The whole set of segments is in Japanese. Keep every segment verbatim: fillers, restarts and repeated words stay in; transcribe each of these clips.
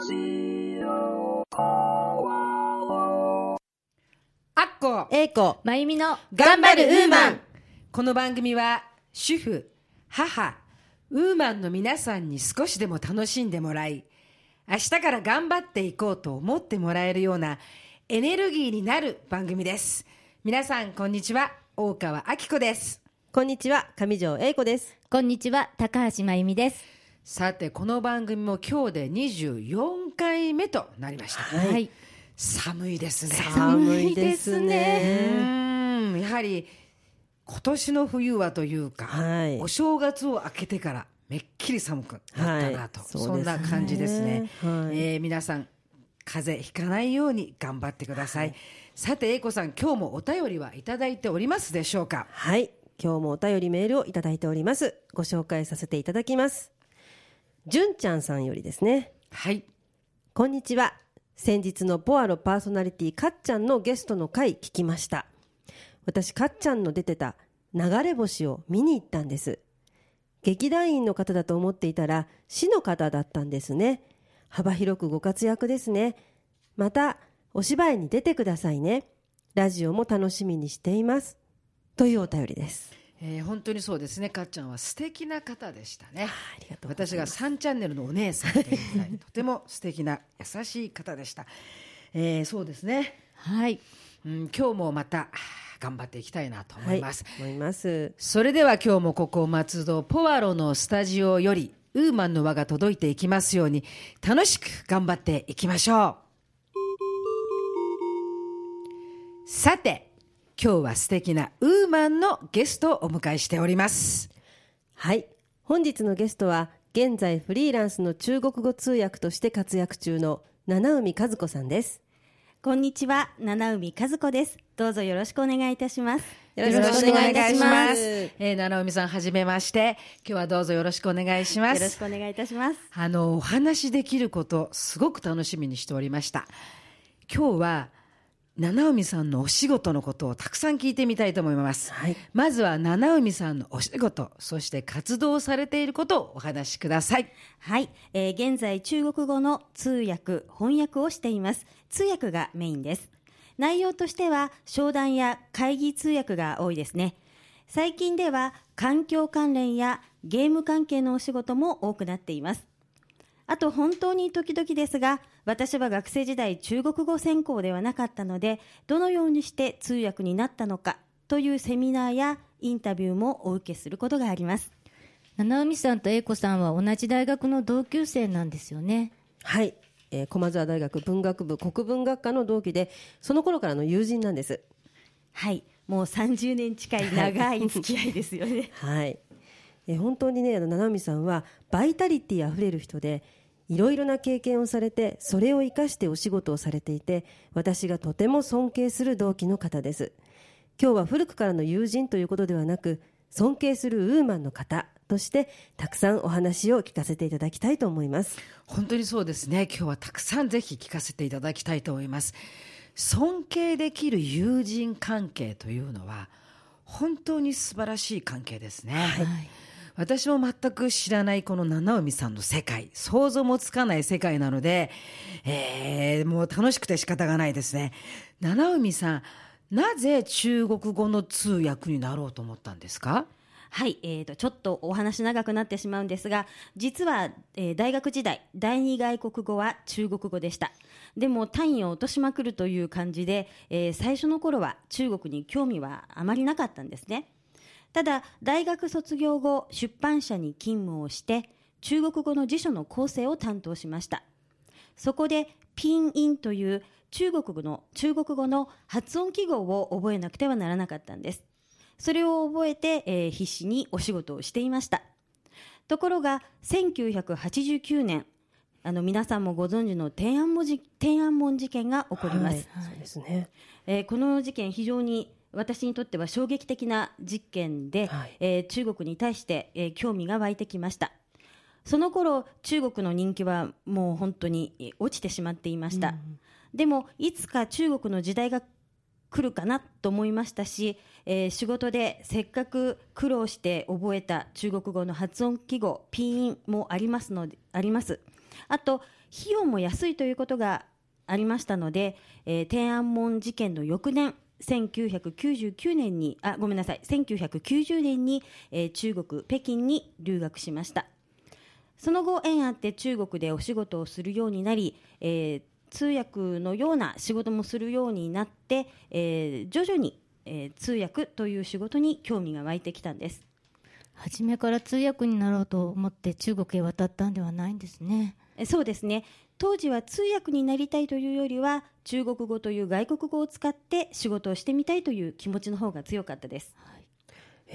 アッコ、 エイコ、 まゆみの頑張るウーマン。 この番組は主婦、母、ウーマンの皆さんに少しでも楽しんでもらい、明日から頑張っていこうと思ってもらえるようなエネルギーになる番組です。皆さんこんにちは、大川明子です。 こんにちは、上条英子です。 こんにちは、高橋まゆみです。 さて、この番組も今日でにじゅうよんかいめとなりました。 はい、はい、 寒いですね。 寒いですね。 うーん、やはり今年の冬はというか、はい、お正月を明けてからめっきり寒くなったなと、はい、そ, そんな感じですね。はい、えー、皆さん風邪ひかないように頑張ってください。はい、さて、英子さん、今日もお便りはいただいておりますでしょうか？ はい、今日もお便りメールをいただいております。ご紹介させていただきます。じゅんちゃんさんよりですね。 はい、 こんにちは。先日のポアロパーソナリティかっちゃんのゲストの回聞きました。私かっちゃんの出てた流れ星を見に行ったんです。劇団員の方だと思っていたら市の方だったんですね。幅広くご活躍ですね。またお芝居に出てくださいね。ラジオも楽しみにしています、というお便りです。 えー、本当にそうですね。かっちゃんは素敵な方でしたね。 ありがとうございます。 私がさんチャンネルのお姉さんというぐらいとても素敵な優しい方でした。えー、そうですね。 はい、 うん、今日もまた頑張っていきたいなと思います。 はい、思います。 それでは今日もここ松戸ポワロのスタジオよりウーマンの輪が届いていきますように、楽しく頑張っていきましょう。さて、今日は素敵なウーマンのゲストをお迎えしております。 はい、本日のゲストは現在フリーランスの中国語通訳として活躍中の七海和子さんです。 こんにちは、七海和子です。どうぞよろしくお願いいたします。 よろしくお願いいたします。えー、七海さん、はじめまして。今日はどうぞよろしくお願いします。 よろしくお願いいたします。 あのお話できることすごく楽しみにしておりました。今日は七海さんのお仕事のことをたくさん聞いてみたいと思います。はい、まずは七海さんのお仕事、そして活動されていることをお話しください。 はい、えー、現在中国語の通訳翻訳をしています。通訳がメインです。内容としては商談や会議通訳が多いですね。最近では環境関連やゲーム関係のお仕事も多くなっています。あと本当に時々ですが、私は学生時代中国語専攻ではなかったので、どのようにして通訳になったのかというセミナーやインタビューもお受けすることがあります。 七海さんと英子さんは同じ大学の同級生なんですよね。 はい、えー、駒澤大学文学部国文学科の同期で、その頃からの友人なんです。 はい、もうさんじゅうねん近い長い付き合いですよね。 はい、えー、本当にね、七海さんはバイタリティあふれる人で、いろいろな経験をされて、それを生かしてお仕事をされていて、私がとても尊敬する同期の方です。今日は古くからの友人ということではなく、尊敬するウーマンの方としてたくさんお話を聞かせていただきたいと思います。 本当にそうですね。今日はたくさんぜひ聞かせていただきたいと思います。尊敬できる友人関係というのは本当に素晴らしい関係ですね。はい、私も全く知らないこの七海さんの世界、想像もつかない世界なので、えー、もう楽しくて仕方がないですね。七海さん、なぜ中国語の通訳になろうと思ったんですか？ はい、えーと、ちょっとお話長くなってしまうんですが、実は、えー、大学時代第二外国語は中国語でした。でも単位を落としまくるという感じで、えー、最初の頃は中国に興味はあまりなかったんですね。ただ大学卒業後、出版社に勤務をして中国語の辞書の構成を担当しました。そこでピンインという中国語の中国語の発音記号を覚えなくてはならなかったんです。それを覚えて、えー、必死にお仕事をしていました。ところがせんきゅうひゃくはちじゅうきゅうねん、あの皆さんもご存知の天安門事、天安門事件が起こります。 はい、そうですね。 えー、この事件、非常に私にとっては衝撃的な実験で、はい、えー、中国に対して、えー、興味が湧いてきました。その頃中国の人気はもう本当に落ちてしまっていました。うん、でもいつか中国の時代が来るかなと思いましたし、えー、仕事でせっかく苦労して覚えた中国語の発音記号ピンインもありますのであります。あと費用も安いということがありましたので、えー、天安門事件の翌年せんきゅうひゃくきゅうじゅうきゅうねんにあごめんなさいせんきゅうひゃくきゅうじゅうねんに、えー、中国北京に留学しました。その後縁あって中国でお仕事をするようになり、えー、通訳のような仕事もするようになって、えー、徐々に、えー、通訳という仕事に興味が湧いてきたんです。 初めから通訳になろうと思って中国へ渡ったんではないんですね。 そうですね。当時は通訳になりたいというよりは中国語という外国語を使って仕事をしてみたいという気持ちの方が強かったです。 はい、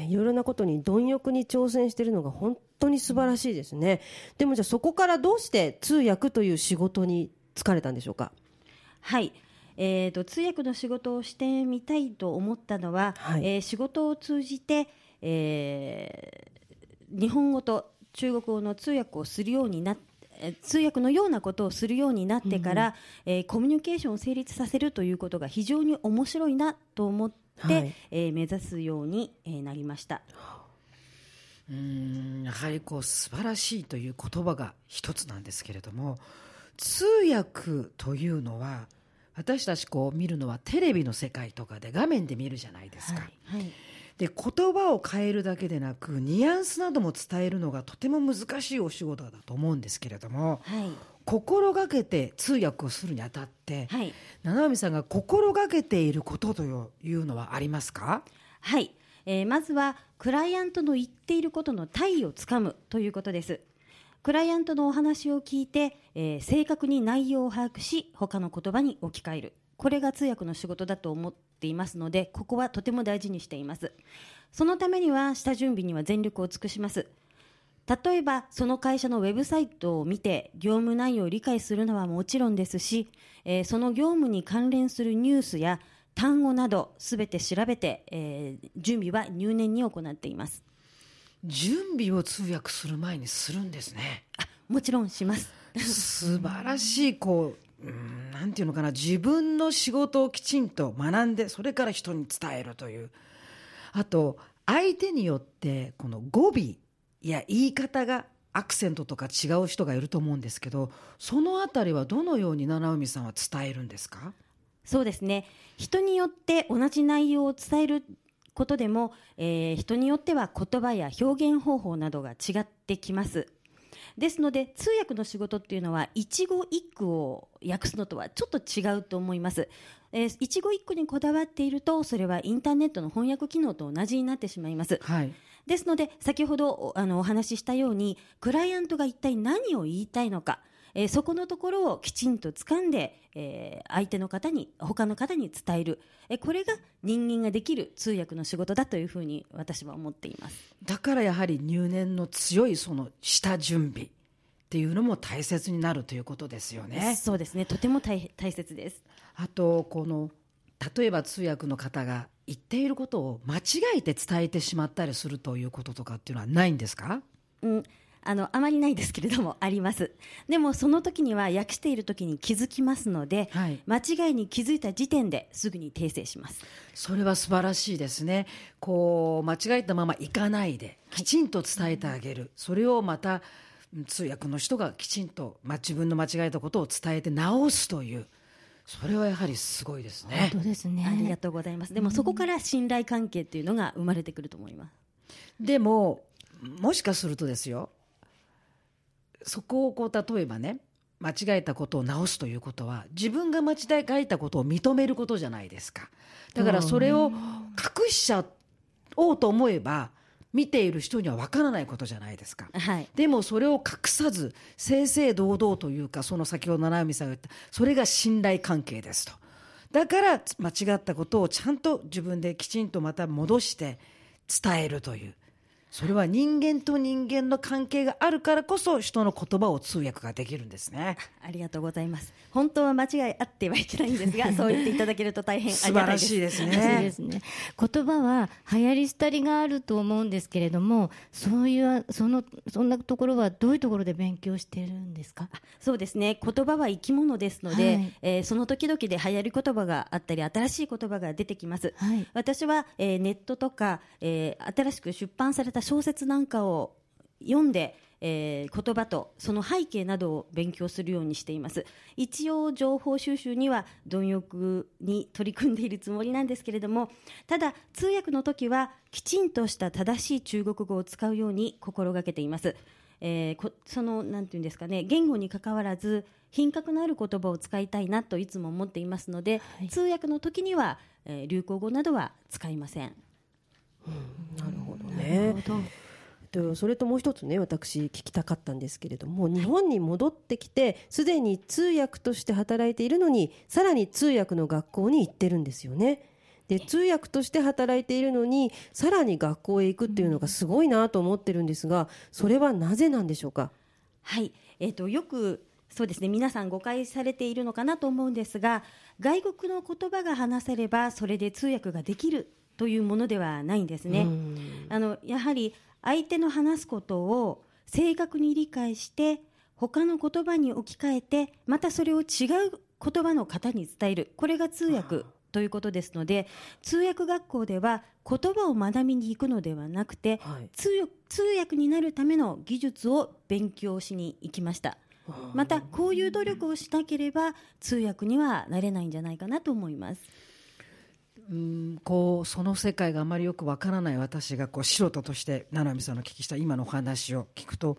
いろいろなことに貪欲に挑戦しているのが本当に素晴らしいですね。でもじゃあそこからどうして通訳という仕事に就かれたんでしょうか。 はい、えーと、通訳の仕事をしてみたいと思ったのは、はい、えー、仕事を通じて、えー、日本語と中国語の通訳をするようになって通訳のようなことをするようになってから、うん、えー、コミュニケーションを成立させるということが非常に面白いなと思って、はい、えー、目指すように、えー、なりました。 うーんやはりこう素晴らしいという言葉が一つなんですけれども、通訳というのは私たちこう見るのはテレビの世界とかで画面で見るじゃないですか、はいはい、で言葉を変えるだけでなくニュアンスなども伝えるのがとても難しいお仕事だと思うんですけれども、はい、心がけて通訳をするにあたって、はい、七海さんが心がけていることというのはありますか？ はい、えー、まずはクライアントの言っていることの体をつかむということです。クライアントのお話を聞いて、えー、正確に内容を把握し他の言葉に置き換える、これが通訳の仕事だと思っていますので、ここはとても大事にしています。そのためには下準備には全力を尽くします。例えばその会社のウェブサイトを見て業務内容を理解するのはもちろんですし、えー、その業務に関連するニュースや単語などすべて調べて、えー、準備は入念に行っています。 準備を通訳する前にするんですね。 あ、もちろんします。 素晴らしいこう、うーん、なんていうのかな、自分の仕事をきちんと学んでそれから人に伝えるという、あと相手によってこの語尾や言い方がアクセントとか違う人がいると思うんですけど、そのあたりはどのように七海さんは伝えるんですか？ そうですね、人によって同じ内容を伝えることでも、えー、人によっては言葉や表現方法などが違ってきます。ですので通訳の仕事っていうのは一語一句を訳すのとはちょっと違うと思います。えー、一語一句にこだわっているとそれはインターネットの翻訳機能と同じになってしまいます、はい、ですので先ほどあのお話ししたようにクライアントが一体何を言いたいのか、えー、そこのところをきちんと掴んで、えー、相手の方に他の方に伝える、えー、これが人間ができる通訳の仕事だというふうに私は思っています。 だからやはり入念の強いその下準備っていうのも大切になるということですよね。 そうですね、とても 大, 大切です。 あとこの例えば通訳の方が言っていることを間違えて伝えてしまったりするということとかっていうのはないんですか？ うん、あのあまりないですけれどもあります。でもその時には訳している時に気づきますので、はい、間違いに気づいた時点ですぐに訂正します。 それは素晴らしいですね。こう間違えたままいかないできちんと伝えてあげる、はい、それをまた通訳の人がきちんと、まあ、自分の間違えたことを伝えて直すという、それはやはりすごいですね。 本当ですね。 ありがとうございます。でもそこから信頼関係というのが生まれてくると思います。 でももしかするとですよ、そこをこう例えばね間違えたことを直すということは自分が間違えたことを認めることじゃないですか。だからそれを隠しちゃおうと思えば見ている人には分からないことじゃないですか、はい、でもそれを隠さず正々堂々というか、その先ほど七海さんが言ったそれが信頼関係ですと。だから間違ったことをちゃんと自分できちんとまた戻して伝えるという、それは人間と人間の関係があるからこそ人の言葉を通訳ができるんですね。 ありがとうございます。本当は間違いあってはいけないんですがそう言っていただけると大変ありがたいです。 素晴らしいですね。 そうですね。言葉は流行り廃りがあると思うんですけれども、そういうそのそんなところはどういうところで勉強しているんですか？ そうですね、言葉は生き物ですので、はい、えー、その時々で流行り言葉があったり新しい言葉が出てきます、はい、私は、えー、ネットとか、えー、新しく出版された小説なんかを読んで、 えー、言葉とその背景などを勉強するようにしています。一応情報収集には貪欲に取り組んでいるつもりなんですけれども、ただ通訳の時はきちんとした正しい中国語を使うように心がけています。えー、こそのなんていうんですかね、言語に関わらず品格のある言葉を使いたいなといつも思っていますので、はい、通訳の時には、えー、流行語などは使いません。 うん、なるほどね。それともう一つね、私聞きたかったんですけれども、日本に戻ってきてすでに通訳として働いているのに、さらに通訳の学校に行ってるんですよね。で、通訳として働いているのにさらに学校へ行くっていうのがすごいなと思ってるんですが、それはなぜなんでしょうか。 はい、えーと、よくそうですね、皆さん誤解されているのかなと思うんですが、外国の言葉が話せればそれで通訳ができるというものではないんですね。あのやはり相手の話すことを正確に理解して他の言葉に置き換えて、またそれを違う言葉の方に伝える、これが通訳ということですので、通訳学校では言葉を学びに行くのではなくて、はい、通, 通訳になるための技術を勉強しに行きました。またこういう努力をしなければ通訳にはなれないんじゃないかなと思います。 うん、こうその世界があまりよくわからない私がこう素人として七海さんの聞きした今のお話を聞くと、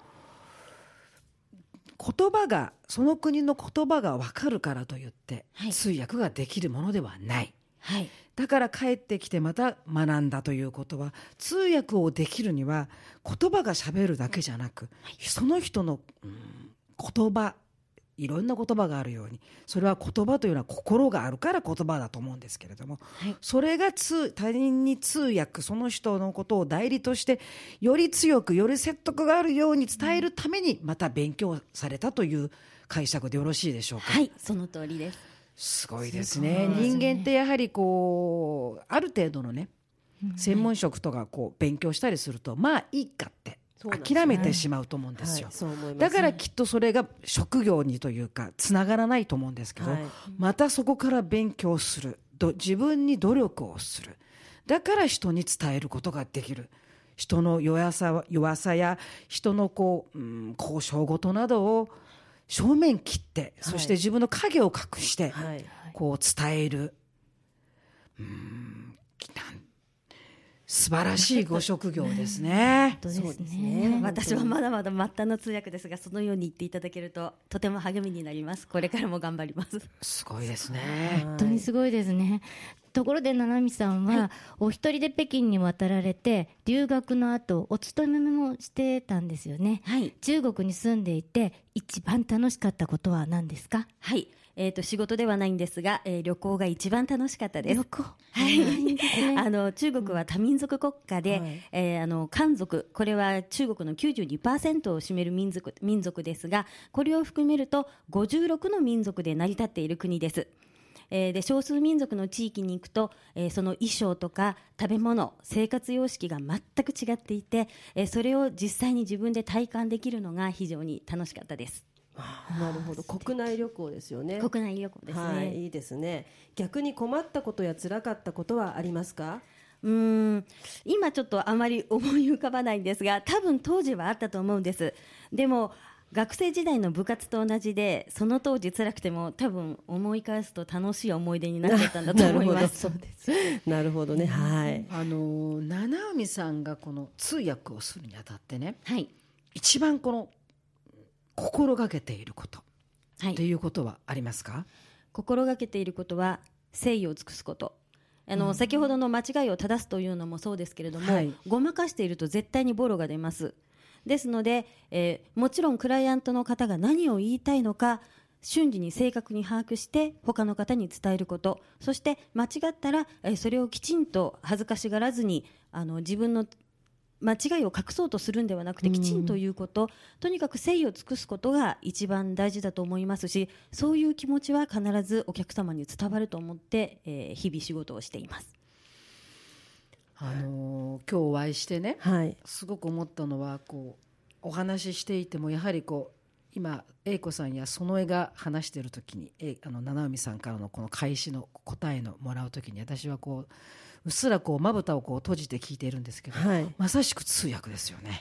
言葉がその国の言葉がわかるからといって、はい、通訳ができるものではない、はい、だから帰ってきてまた学んだということは、通訳をできるには言葉がしゃべるだけじゃなく、はい、その人の、うん、言葉、いろんな言葉があるように、それは言葉というのは心があるから言葉だと思うんですけれども、はい、それが通他人に通訳、その人のことを代理としてより強くより説得があるように伝えるためにまた勉強されたという解釈でよろしいでしょうか。 はい、その通りです。 すごいですね。人間ってやはりこうある程度のね、専門職とかこう勉強したりすると、まあいいかって諦めてしまうと思うんですよ、はい、そう思います。だからきっとそれが職業にというかつながらないと思うんですけど、はい、またそこから勉強する、自分に努力をする、だから人に伝えることができる、人の弱さ、弱さや人のこう、うん、交渉事などを正面切って、はい、そして自分の影を隠して、はい、こう伝える、うーん、素晴らしいご職業ですね。 そうですね。私はまだまだ末端の通訳ですが、そのように言っていただけるととても励みになります。これからも頑張ります。 すごいですね。 本当にすごいですね。ところで七海さんは、はい、お一人で北京に渡られて留学の後お勤めもしてたんですよね、はい、中国に住んでいて一番楽しかったことは何ですか？ はい、えー、と仕事ではないんですが、えー、旅行が一番楽しかったです。 旅行、 はい、あの中国は多民族国家で、うん、えー、あの漢族、これは中国の きゅうじゅうにパーセント を占める民族、民族ですが、これを含めるとごじゅうろくの民族で成り立っている国です。えー、で少数民族の地域に行くと、えー、その衣装とか食べ物、生活様式が全く違っていて、えー、それを実際に自分で体感できるのが非常に楽しかったです。 なるほど、国内旅行ですよね。 国内旅行ですね、 はい、いいですね。逆に困ったことや辛かったことはありますか？ うーん、今ちょっとあまり思い浮かばないんですが、多分当時はあったと思うんです。でも学生時代の部活と同じで、その当時辛くても多分思い返すと楽しい思い出になっちゃったんだと思います。 そうです。なるほどね、はい。 あの七海さんがこの通訳をするにあたってね、 はい、 一番この心がけていること、はい、ということはありますか？ 心がけていることは誠意を尽くすこと。あの、うん、先ほどの間違いを正すというのもそうですけれども、はい、ごまかしていると絶対にボロが出ます。ですので、えー、もちろんクライアントの方が何を言いたいのか瞬時に正確に把握して他の方に伝えること、そして間違ったら、えー、それをきちんと恥ずかしがらずに、あの自分の間違いを隠そうとするんではなくて、きちんと言うこと、とにかく誠意を尽くすことが一番大事だと思いますし、そういう気持ちは必ずお客様に伝わると思って、えー、日々仕事をしています。 あのー、今日お会いしてね、はい、すごく思ったのは、こうお話ししていてもやはりこう今英子さんや園江が話している時に、えあの七海さんからのこの開始の答えのもらう時に、私はこううっすらこうまぶたをこう閉じて聞いているんですけど、はい、まさしく通訳ですよね。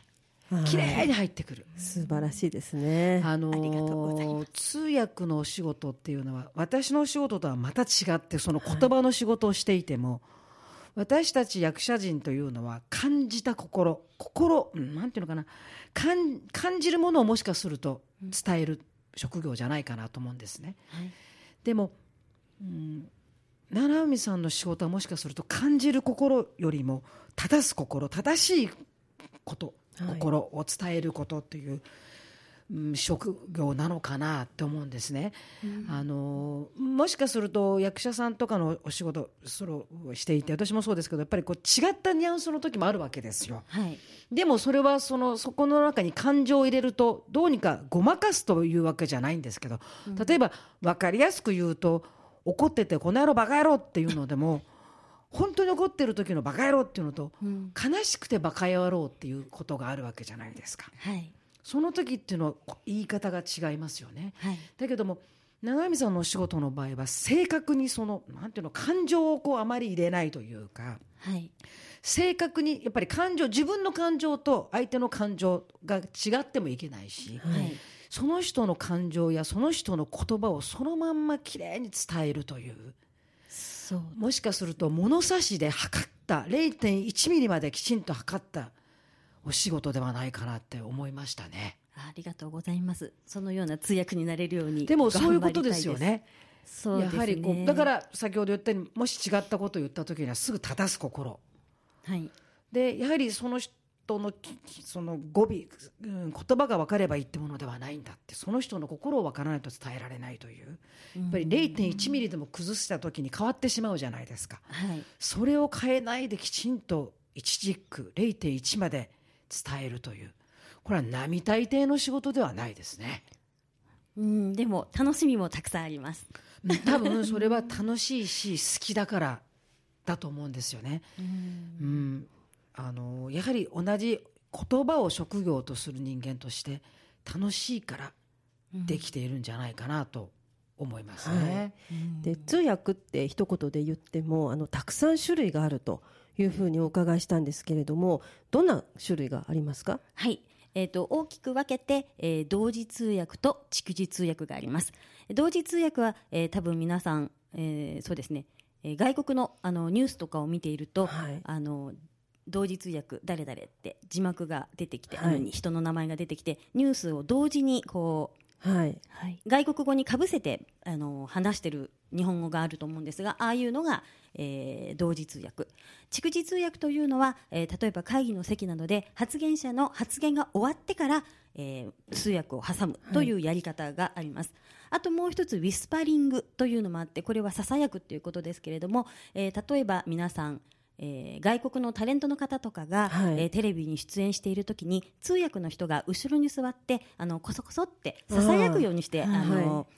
きれいに入ってくる。 素晴らしいですね。 あのー、 ありがとうございます。 通訳のお仕事っていうのは私のお仕事とはまた違って、その言葉の仕事をしていても、はい、私たち役者陣というのは感じた心心、うん、なんていうのかな、感, 感じるものをもしかすると伝える職業じゃないかなと思うんですね、はい、でも、うん、七海さんの仕事はもしかすると感じる心よりも正す心、正しいこと、心を伝えることという、うん、職業なのかなって思うんですね、うん、あのもしかすると役者さんとかのお仕事それをしていて、私もそうですけど、やっぱりこう違ったニュアンスの時もあるわけですよ、はい、でもそれはそのそこの中に感情を入れるとどうにかごまかすというわけじゃないんですけど、うん、例えば分かりやすく言うと、怒っててこの野郎バカ野郎っていうのでも本当に怒ってる時のバカ野郎っていうのと、うん、悲しくてバカ野郎っていうことがあるわけじゃないですか、はい、その時っていうのは言い方が違いますよね、はい、だけども長海さんのお仕事の場合は正確にそのなんていうの、感情をこうあまり入れないというか、はい、正確にやっぱり感情、自分の感情と相手の感情が違ってもいけないし、はい、その人の感情やその人の言葉をそのまんまきれいに伝えるという、そう、もしかすると物差しで測った れいてんいち ミリまできちんと測ったお仕事ではないかなって思いましたね。 ありがとうございます。そのような通訳になれるようにでもそういうことですよね。 そうですね、 やはりこうだから先ほど言ったように、もし違ったことを言った時にはすぐ正す心、はい、でやはりその人のその語尾、うん、言葉が分かればいいってものではないんだって、その人の心を分からないと伝えられないという、やっぱり れいてんいち ミリでも崩した時に変わってしまうじゃないですか、はい、それを変えないできちんと一軸 れいてんいち まで伝えるという、これは並大抵の仕事ではないですね。 うん、でも楽しみもたくさんあります。 多分それは楽しいし好きだからだと思うんですよね。うん、うん、あのやはり同じ言葉を職業とする人間として楽しいからできているんじゃないかなと思いますね、 はい、で通訳って一言で言ってもあのたくさん種類があるというふうにお伺いしたんですけれども、どんな種類がありますか？ はい、えー、と大きく分けて、えー、同時通訳と逐次通訳があります。同時通訳は、えー、多分皆さん、えー、そうですね、えー、外国 の, あのニュースとかを見ていると、はい、あの同時通訳誰々って字幕が出てきて、はい、あの人の名前が出てきてニュースを同時にこう、はいはい、外国語にかぶせてあの話してる日本語があると思うんですが、ああいうのが、えー、同時通訳。逐次通訳というのは、えー、例えば会議の席などで発言者の発言が終わってから、えー、通訳を挟むというやり方があります、はい、あともう一つウィスパリングというのもあって、これはささやくということですけれども、えー、例えば皆さんえー、外国のタレントの方とかが、はい、えー、テレビに出演しているときに通訳の人が後ろに座ってあのコソコソってささやくようにしてあ、あの、はい、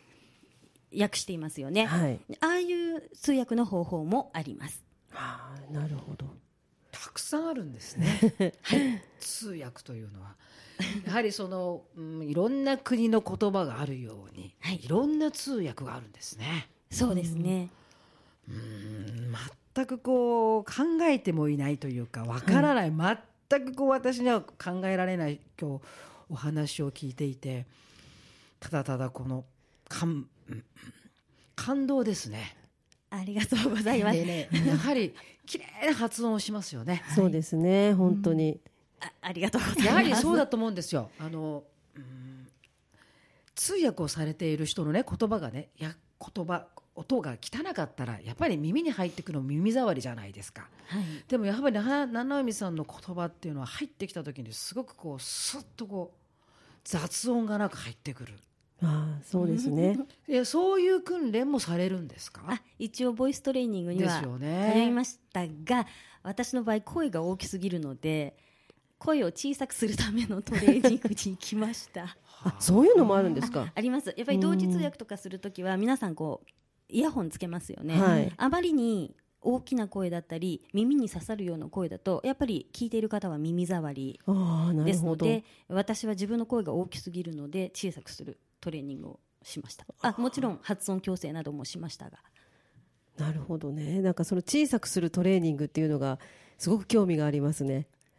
訳していますよね、はい、ああいう通訳の方法もあります。 はあ、なるほど。 たくさんあるんですね、はい、通訳というのはやはりその、うん、いろんな国の言葉があるように、はい、いろんな通訳があるんですね。 そうですね、 うん、うん全くこう考えてもいないというかわからない、はい、全くこう私には考えられない今日お話を聞いていて、ただただこの感、感動ですね。 ありがとうございます。でね、やはり綺麗な発音をしますよね。 そうですね、本当に、 うん、あ, ありがとうございます。 やはりそうだと思うんですよ。あの、うん、通訳をされている人のね言葉がね、や言葉音が汚かったらやっぱり耳に入ってくるの耳障りじゃないですか、はい、でもやっぱり七海さんの言葉っていうのは入ってきた時にすごくこうスッとこう雑音がなく入ってくる。 ああ、そうですねいやそういう訓練もされるんですか？ あ、一応ボイストレーニングには通いましたが、私の場合声が大きすぎるので声を小さくするためのトレーニングに行きましたあ、そういうのもあるんですか？ あ, あります。やっぱり同時通訳とかするときは皆さんこうイヤホンつけますよね、はい、あまりに大きな声だったり耳に刺さるような声だとやっぱり聞いている方は耳障りですので、私は自分の声が大きすぎるので小さくするトレーニングをしました。あ、もちろん発音矯正などもしましたが。 なるほどね。なんかその小さくするトレーニングっていうのがすごく興味がありますね。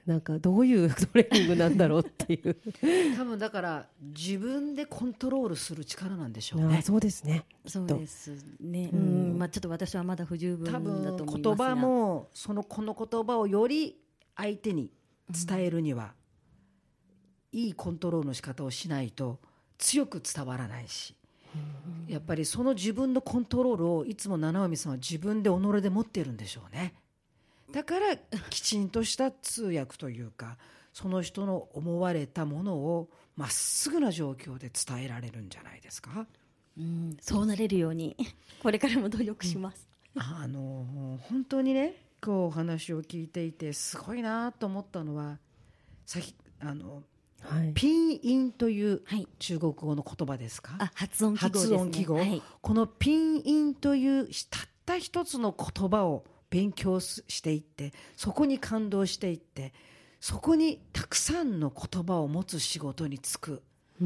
なんかどういうトレーニングなんだろうっていう多分だから自分でコントロールする力なんでしょうね。 あ、そうですね。 そうですね、うん、まあ、ちょっと私はまだ不十分だと思いますが、 多分言葉もそのこの言葉をより相手に伝えるには、うん、いいコントロールの仕方をしないと強く伝わらないし、うん、やっぱりその自分のコントロールをいつも七海さんは自分で己で持っているんでしょうね。だからきちんとした通訳というか、その人の思われたものをまっすぐな状況で伝えられるんじゃないですか。 うん、そうなれるようにこれからも努力します、 うん、あの本当にね、こうお話を聞いていてすごいなと思ったのは、さっきあの、はい、ピンインという中国語の言葉ですか、 あ、発音記号ですね。 発音記号、はい、このピンインというたった一つの言葉を勉強していって、そこに感動していって、そこにたくさんの言葉を持つ仕事に就く、うん、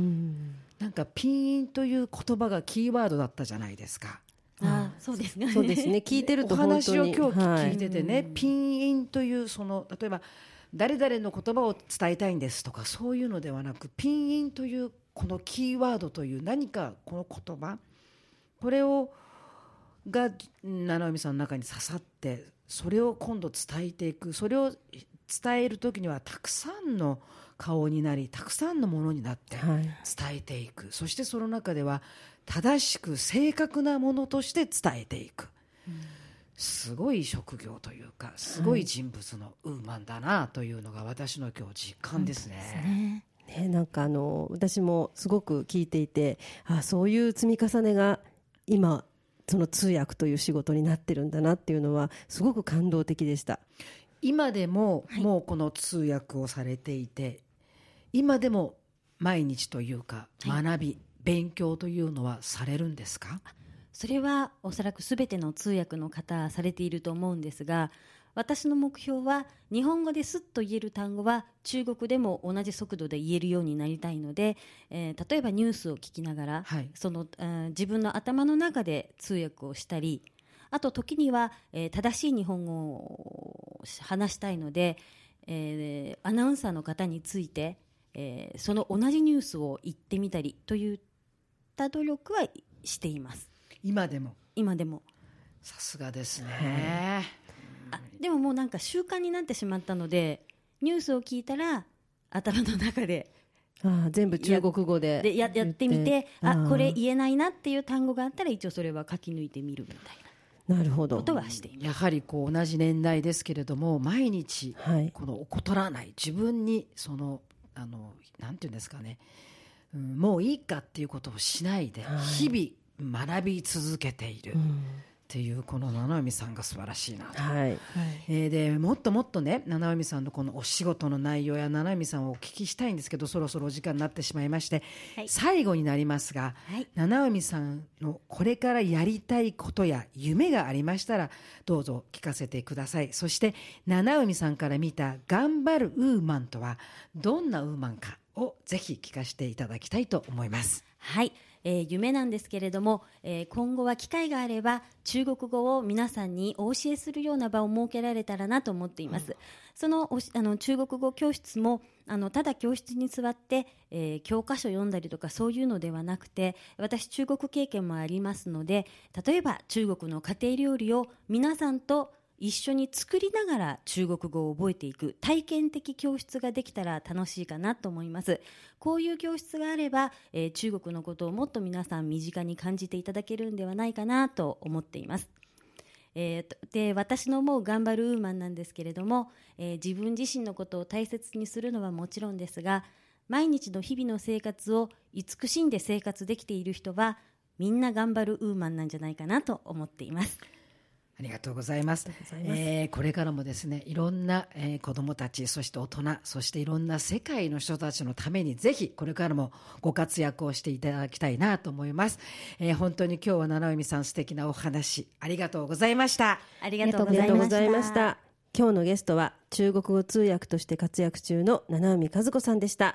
なんかピンインという言葉がキーワードだったじゃないですか。 ああ、そうですね。 そうですね。聞いてると本当にお話を今日聞いててね、 はい、 ピンインというその例えば誰々の言葉を伝えたいんですとかそういうのではなく、ピンインというこのキーワードという何かこの言葉、これをが七海さんの中に刺さって、それを今度伝えていく、それを伝える時にはたくさんの顔になり、たくさんのものになって伝えていく、はい、そしてその中では正しく正確なものとして伝えていく、うん、すごい職業というかすごい人物のウーマンだなというのが私の今日実感ですね。 ね、なんかあの私もすごく聞いていて、あ、そういう積み重ねが今その通訳という仕事になってるんだなっていうのはすごく感動的でした。 今でももうこの通訳をされていて、はい、今でも毎日というか学び、はい、勉強というのはされるんですか？ それはおそらく全ての通訳の方されていると思うんですが、私の目標は日本語ですっと言える単語は中国でも同じ速度で言えるようになりたいので、えー、例えばニュースを聞きながら、はい、その、えー、自分の頭の中で通訳をしたり、あと時には、えー、正しい日本語を話したいので、えー、アナウンサーの方について、えー、その同じニュースを言ってみたりといった努力はしています。 今でも今でもさすがですね。 あ、でももうなんか習慣になってしまったので、ニュースを聞いたら頭の中であ、全部中国語 で, で や, やってみて、あ、これ言えないなっていう単語があったら一応それは書き抜いてみるみたいな、なるほど、ことはしています。 やはりこう同じ年代ですけれども、毎日この怠らない、自分にそのあのなんていうんですかね、うん、もういいかっていうことをしないで、はい、日々学び続けている、うんっていうこの七海さんが素晴らしいなと、はい、えー、でもっともっとね、七海さんのこのお仕事の内容や七海さんをお聞きしたいんですけど、そろそろお時間になってしまいまして、はい、最後になりますが、はい、七海さんのこれからやりたいことや夢がありましたらどうぞ聞かせてください。そして七海さんから見た頑張るウーマンとはどんなウーマンかをぜひ聞かせていただきたいと思います。 はい、えー、夢なんですけれども、えー、今後は機会があれば中国語を皆さんにお教えするような場を設けられたらなと思っています、うん、そのおあの中国語教室もあのただ教室に座って、えー、教科書を読んだりとかそういうのではなくて、私中国経験もありますので、例えば中国の家庭料理を皆さんと一緒に作りながら中国語を覚えていく体験的教室ができたら楽しいかなと思います。こういう教室があれば、えー、中国のことをもっと皆さん身近に感じていただけるんではないかなと思っています。えー、で私の思う頑張るウーマンなんですけれども、えー、自分自身のことを大切にするのはもちろんですが、毎日の日々の生活を慈しんで生活できている人はみんな頑張るウーマンなんじゃないかなと思っています。 ありがとうございます。えー、これからもですね、いろんな、えー、子どもたち、そして大人、そしていろんな世界の人たちのためにぜひこれからもご活躍をしていただきたいなと思います。えー、本当に今日は七海さん素敵なお話ありがとうございました。 ありがとうございました。 今日のゲストは中国語通訳として活躍中の七海和子さんでした。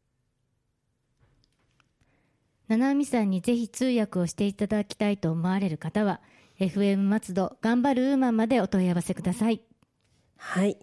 七海さんにぜひ通訳をしていただきたいと思われる方はエフエム 松戸頑張るウーマンまでお問い合わせください。 はい、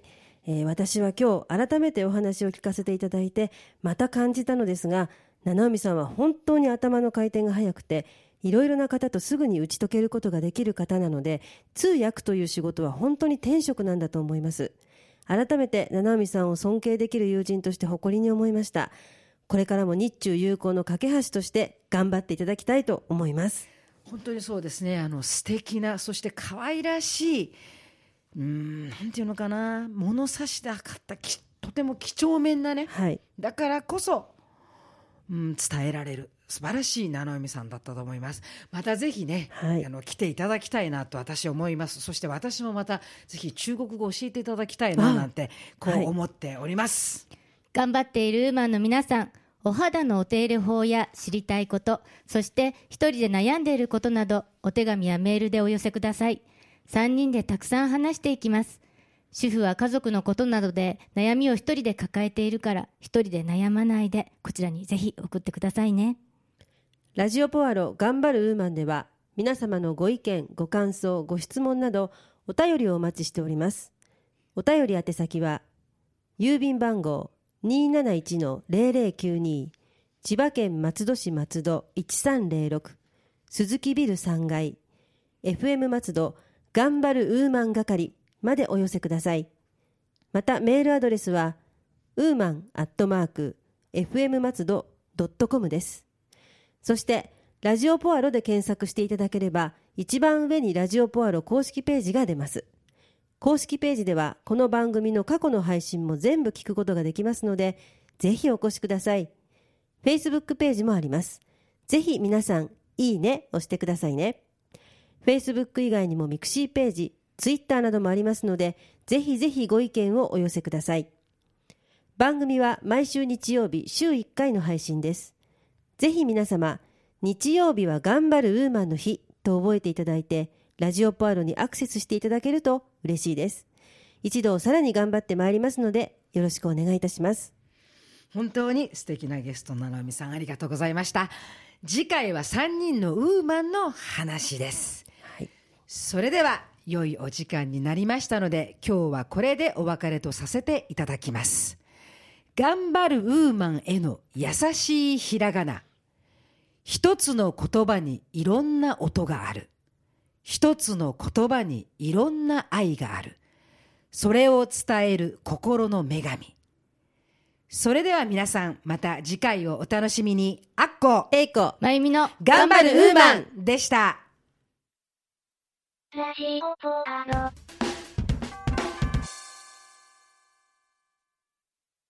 えー、私は今日改めてお話を聞かせていただいてまた感じたのですが、七海さんは本当に頭の回転が速くて、いろいろな方とすぐに打ち解けることができる方なので、通訳という仕事は本当に天職なんだと思います。改めて七海さんを尊敬できる友人として誇りに思いました。これからも日中友好の架け橋として頑張っていただきたいと思います。 本当にそうですね。あの素敵な、そして可愛らしい、うーん、なんていうのかな、物差しで測ったきとても几帳面なね、 はい、 だからこそ、うん、伝えられる素晴らしい七海さんだったと思います。またぜひね、はい、あの来ていただきたいなと私は思います。そして私もまたぜひ中国語を教えていただきたいななんてこう思っております、 はい、頑張っているウーマンの皆さん、お肌のお手入れ法や知りたいこと、そして一人で悩んでいることなど、お手紙やメールでお寄せください。さんにんでたくさん話していきます。主婦は家族のことなどで悩みを一人で抱えているから、一人で悩まないでこちらにぜひ送ってくださいね。 ラジオポアロ頑張るウーマンでは、皆様のご意見、ご感想、ご質問などお便りをお待ちしております。お便り宛先は郵便番号 にーなないちのゼロゼロきゅうに 千葉県松戸市松戸いちさんゼロろく、鈴木ビルさんがい エフエム 松戸頑張るウーマン係までお寄せください。またメールアドレスはウーマンアットマーク エフエム 松戸ドットコム です。そしてラジオポアロで検索していただければ、一番上にラジオポアロ公式ページが出ます。公式ページではこの番組の過去の配信も全部聞くことができますので、ぜひお越しください。 Facebook ページもあります。ぜひ皆さんいいね押してくださいね。 Facebook 以外にもミクシーページ、Twitter などもありますので、ぜひぜひご意見をお寄せください。番組は毎週日曜日週いっかいの配信です。ぜひ皆様、日曜日は頑張るウーマンの日と覚えていただいて、ラジオポアロにアクセスしていただけると嬉しいです。一度さらに頑張ってまいりますので、よろしくお願いいたします。 本当に素敵なゲスト、七海さんありがとうございました。次回はさんにんのウーマンの話です、はい、それでは良いお時間になりましたので、今日はこれでお別れとさせていただきます。頑張るウーマンへの優しいひらがな。一つの言葉にいろんな音がある。一つの言葉にいろんな愛がある。それを伝える心の女神。それでは皆さん、また次回をお楽しみに。あっこ、 えいこ、 まゆみの頑張るウーマンでした。 ラジオポアロ。